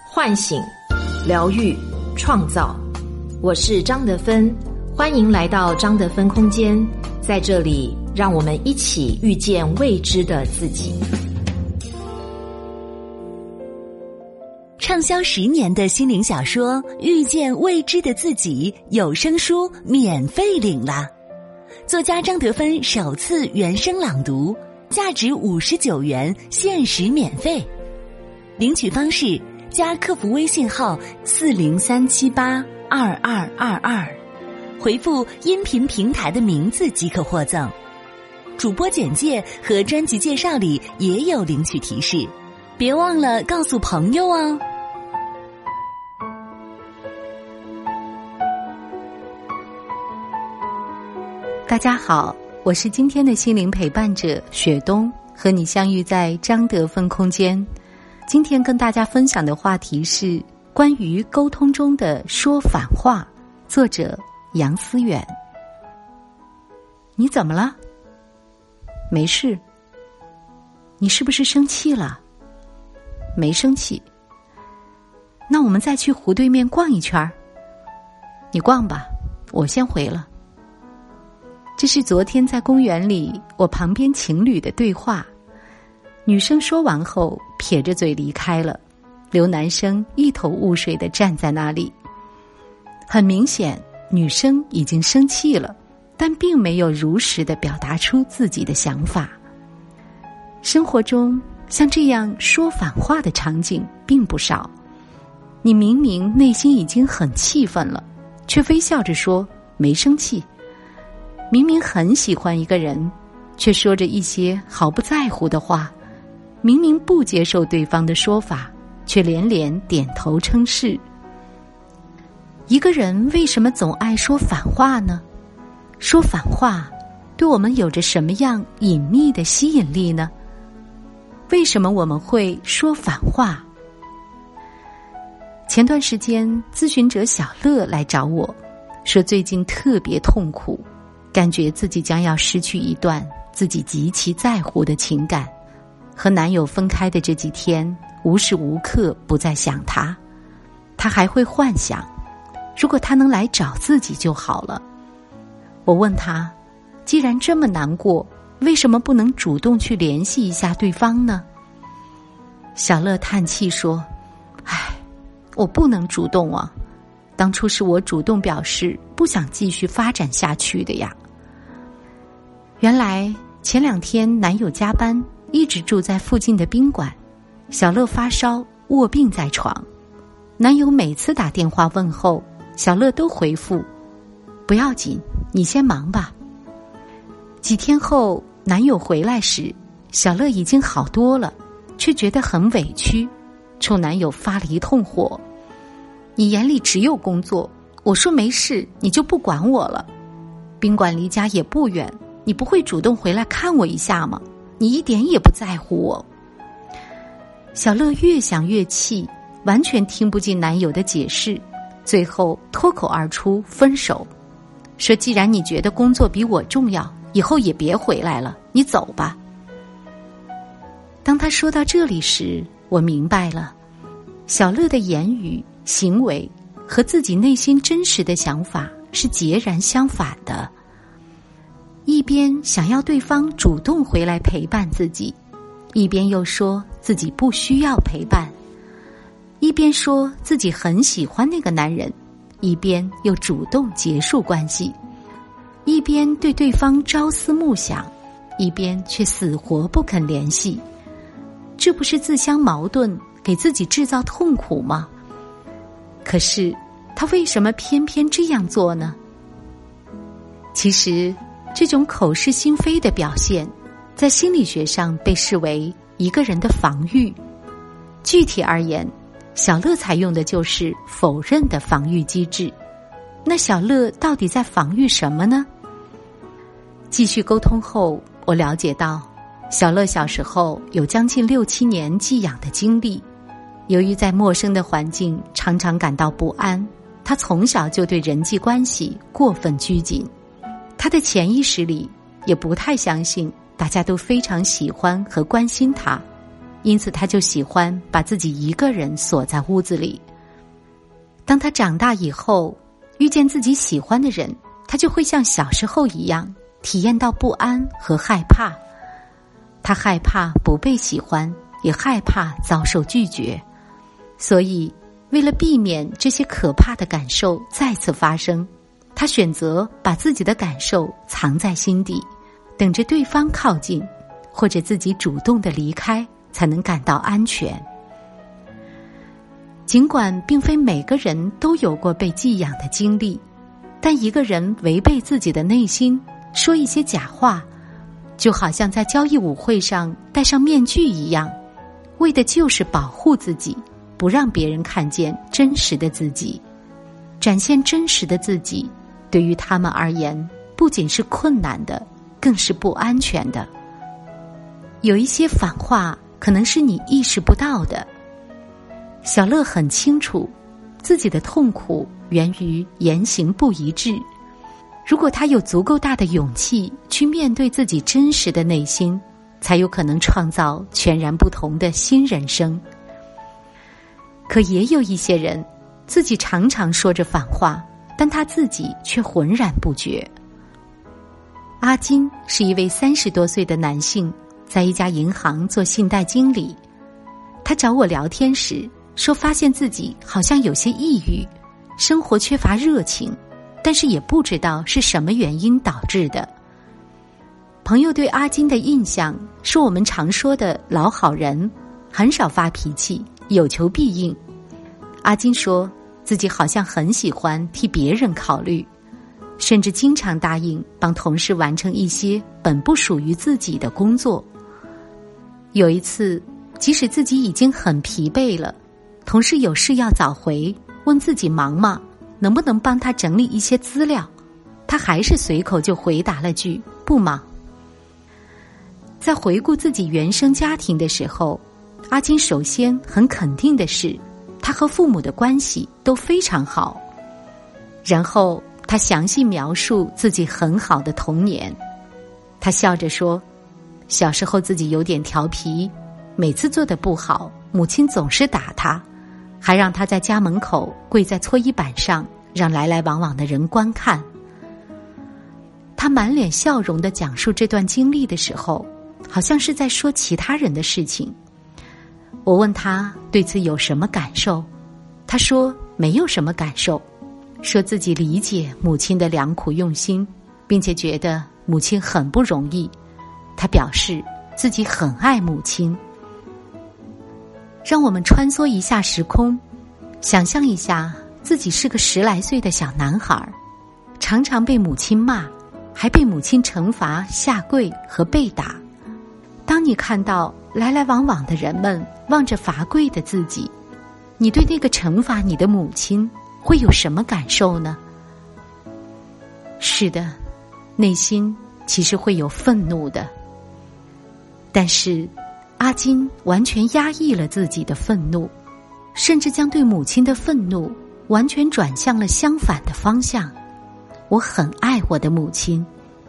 唤醒、疗愈、创造。我是张德芬，欢迎来到张德芬空间，在这里让我们一起遇见未知的自己。 畅销10年的心灵小说《遇见未知的自己》有声书免费领啦！作家张德芬首次原声朗读，价值59元，限时免费。领取方式：加客服微信号403782222，回复音频平台的名字即可获赠。主播简介和专辑介绍里也有领取提示，别忘了告诉朋友哦。 大家好，我是今天的心灵陪伴者雪冬，和你相遇在张德芬空间。今天跟大家分享的话题是关于沟通中的说反话，作者杨思远。你怎么了？没事。你是不是生气了？没生气。那我们再去湖对面逛一圈。你逛吧，我先回了。这是昨天在公园里我旁边情侣的对话，女生说完后撇着嘴离开了，留男生一头雾水地站在那里。很明显，女生已经生气了，但并没有如实地表达出自己的想法。生活中像这样说反话的场景并不少，你明明内心已经很气愤了，却微笑着说没生气。明明很喜欢一个人，却说着一些毫不在乎的话，明明不接受对方的说法，却连连点头称是。一个人为什么总爱说反话呢？说反话对我们有着什么样隐秘的吸引力呢？为什么我们会说反话？前段时间咨询者小乐来找我，说最近特别痛苦，感觉自己将要失去一段自己极其在乎的情感，和男友分开的这几天无时无刻不在想他，他还会幻想如果他能来找自己就好了。我问他，既然这么难过，为什么不能主动去联系一下对方呢？小乐叹气说，我不能主动啊，当初是我主动表示不想继续发展下去的呀。原来前2天男友加班，一直住在附近的宾馆，小乐发烧卧病在床，男友每次打电话问候，小乐都回复不要紧，你先忙吧。几天后男友回来时，小乐已经好多了，却觉得很委屈，冲男友发了一通火，你眼里只有工作，我说没事你就不管我了，宾馆离家也不远，你不会主动回来看我一下吗？你一点也不在乎我。小乐越想越气，完全听不进男友的解释，最后脱口而出分手，说既然你觉得工作比我重要，以后也别回来了，你走吧。当他说到这里时，我明白了，小乐的言语行为和自己内心真实的想法是截然相反的。一边想要对方主动回来陪伴自己，一边又说自己不需要陪伴，一边说自己很喜欢那个男人，一边又主动结束关系，一边对对方朝思暮想，一边却死活不肯联系，这不是自相矛盾，给自己制造痛苦吗？可是他为什么偏偏这样做呢？其实这种口是心非的表现，在心理学上被视为一个人的防御。具体而言，小乐采用的就是否认的防御机制。那小乐到底在防御什么呢？继续沟通后，我了解到，小乐小时候有将近6、7年寄养的经历，由于在陌生的环境常常感到不安，他从小就对人际关系过分拘谨。他的潜意识里也不太相信大家都非常喜欢和关心他， 因此他就喜欢把自己一个人锁在屋子里。当他长大以后，遇见自己喜欢的人，他就会像小时候一样体验到不安和害怕。他害怕不被喜欢，也害怕遭受拒绝，所以为了避免这些可怕的感受再次发生，他选择把自己的感受藏在心底，等着对方靠近，或者自己主动的离开，才能感到安全。尽管并非每个人都有过被寄养的经历，但一个人违背自己的内心，说一些假话，就好像在交谊舞会上戴上面具一样，为的就是保护自己，不让别人看见真实的自己。展现真实的自己，对于他们而言，不仅是困难的，更是不安全的。有一些反话可能是你意识不到的。小乐很清楚，自己的痛苦源于言行不一致。如果他有足够大的勇气去面对自己真实的内心，才有可能创造全然不同的新人生。可也有一些人，自己常常说着反话，但他自己却浑然不觉。阿金是一位30多岁的男性，在一家银行做信贷经理。他找我聊天时说，发现自己好像有些抑郁，生活缺乏热情，但是也不知道是什么原因导致的。朋友对阿金的印象是我们常说的老好人，很少发脾气，有求必应。阿金说自己好像很喜欢替别人考虑，甚至经常答应帮同事完成一些本不属于自己的工作。有一次，即使自己已经很疲惫了，同事有事要早回，问自己忙吗，能不能帮他整理一些资料，他还是随口就回答了句不忙。在回顾自己原生家庭的时候，阿金首先很肯定的是，他和父母的关系都非常好。然后他详细描述自己很好的童年。他笑着说，小时候自己有点调皮，每次做得不好，母亲总是打他，还让他在家门口跪在搓衣板上，让来来往往的人观看。他满脸笑容地讲述这段经历的时候，好像是在说其他人的事情。我问他对此有什么感受，他说没有什么感受，说自己理解母亲的良苦用心，并且觉得母亲很不容易。他表示自己很爱母亲。让我们穿梭一下时空，想象一下自己是个10来岁的小男孩，常常被母亲骂，还被母亲惩罚下跪和被打。当你看到来来往往的人们望着罚跪的自己，你对那个惩罚你的母亲会有什么感受呢？是的，内心其实会有愤怒的。但是阿金完全压抑了自己的愤怒，甚至将对母亲的愤怒完全转向了相反的方向。我很爱我的母亲。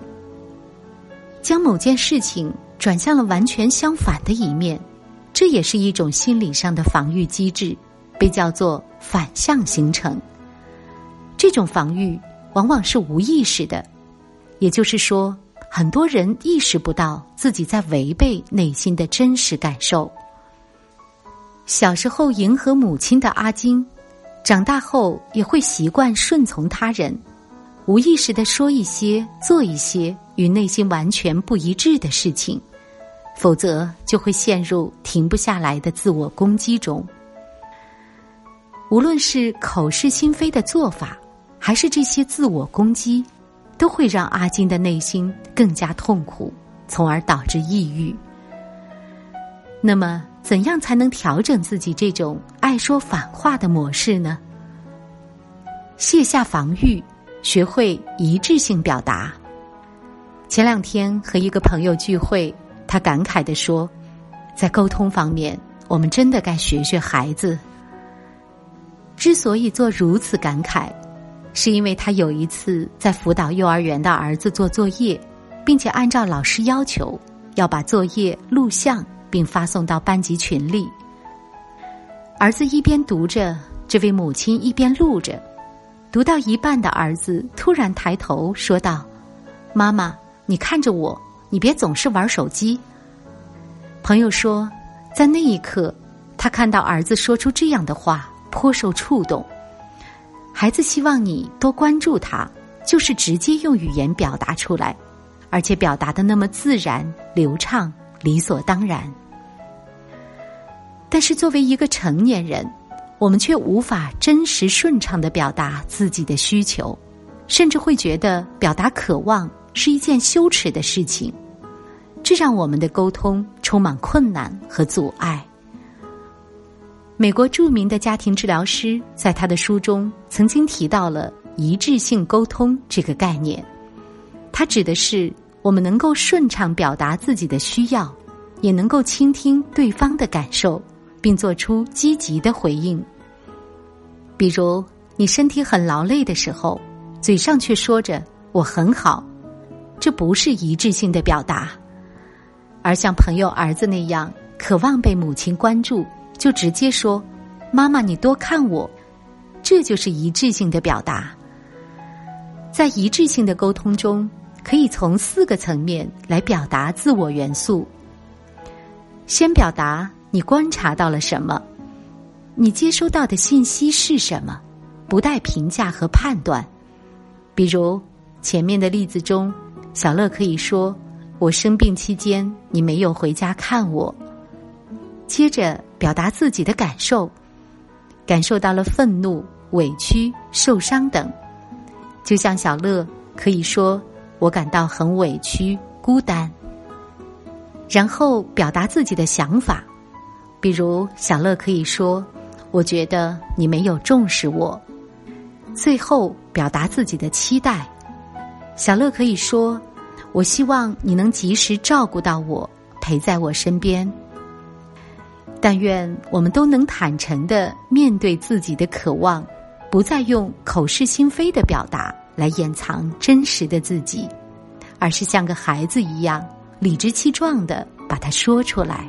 将某件事情转向了完全相反的一面，这也是一种心理上的防御机制，被叫做反向形成。这种防御往往是无意识的，也就是说，很多人意识不到自己在违背内心的真实感受。小时候迎合母亲的阿金，长大后也会习惯顺从他人，无意识地说一些做一些与内心完全不一致的事情，否则就会陷入停不下来的自我攻击中。无论是口是心非的做法，还是这些自我攻击，都会让阿金的内心更加痛苦，从而导致抑郁。那么怎样才能调整自己这种爱说反话的模式呢？卸下防御，学会一致性表达。前2天和一个朋友聚会，他感慨地说，在沟通方面，我们真的该学学孩子。之所以做如此感慨，是因为他有一次在辅导幼儿园的儿子做作业，并且按照老师要求要把作业录像并发送到班级群里。儿子一边读着，这位母亲一边录着。读到一半的儿子突然抬头说道：“妈妈，你看着我，你别总是玩手机。”朋友说，在那一刻，他看到儿子说出这样的话，颇受触动。孩子希望你多关注他，就是直接用语言表达出来，而且表达得那么自然、流畅、理所当然。但是作为一个成年人，我们却无法真实顺畅地表达自己的需求，甚至会觉得表达渴望是一件羞耻的事情，这让我们的沟通充满困难和阻碍。美国著名的家庭治疗师在他的书中曾经提到了一致性沟通这个概念，它指的是我们能够顺畅表达自己的需要，也能够倾听对方的感受，并做出积极的回应。比如你身体很劳累的时候，嘴上却说着我很好，这不是一致性的表达。而像朋友儿子那样渴望被母亲关注，就直接说妈妈你多看我，这就是一致性的表达。在一致性的沟通中，可以从4个层面来表达自我元素。先表达你观察到了什么，你接收到的信息是什么，不带评价和判断。比如前面的例子中，小乐可以说我生病期间你没有回家看我。接着表达自己的感受，感受到了愤怒、委屈、受伤等。就像小乐可以说我感到很委屈、孤单。然后表达自己的想法，比如小乐可以说我觉得你没有重视我。最后表达自己的期待，小乐可以说我希望你能及时照顾到我，陪在我身边。但愿我们都能坦诚地面对自己的渴望，不再用口是心非的表达来掩藏真实的自己，而是像个孩子一样理直气壮地把它说出来。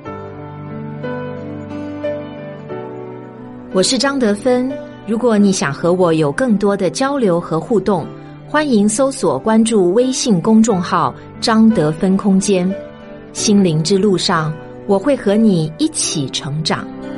我是张德芬，如果你想和我有更多的交流和互动，欢迎搜索关注微信公众号张德芬空间。心灵之路上，我会和你一起成长。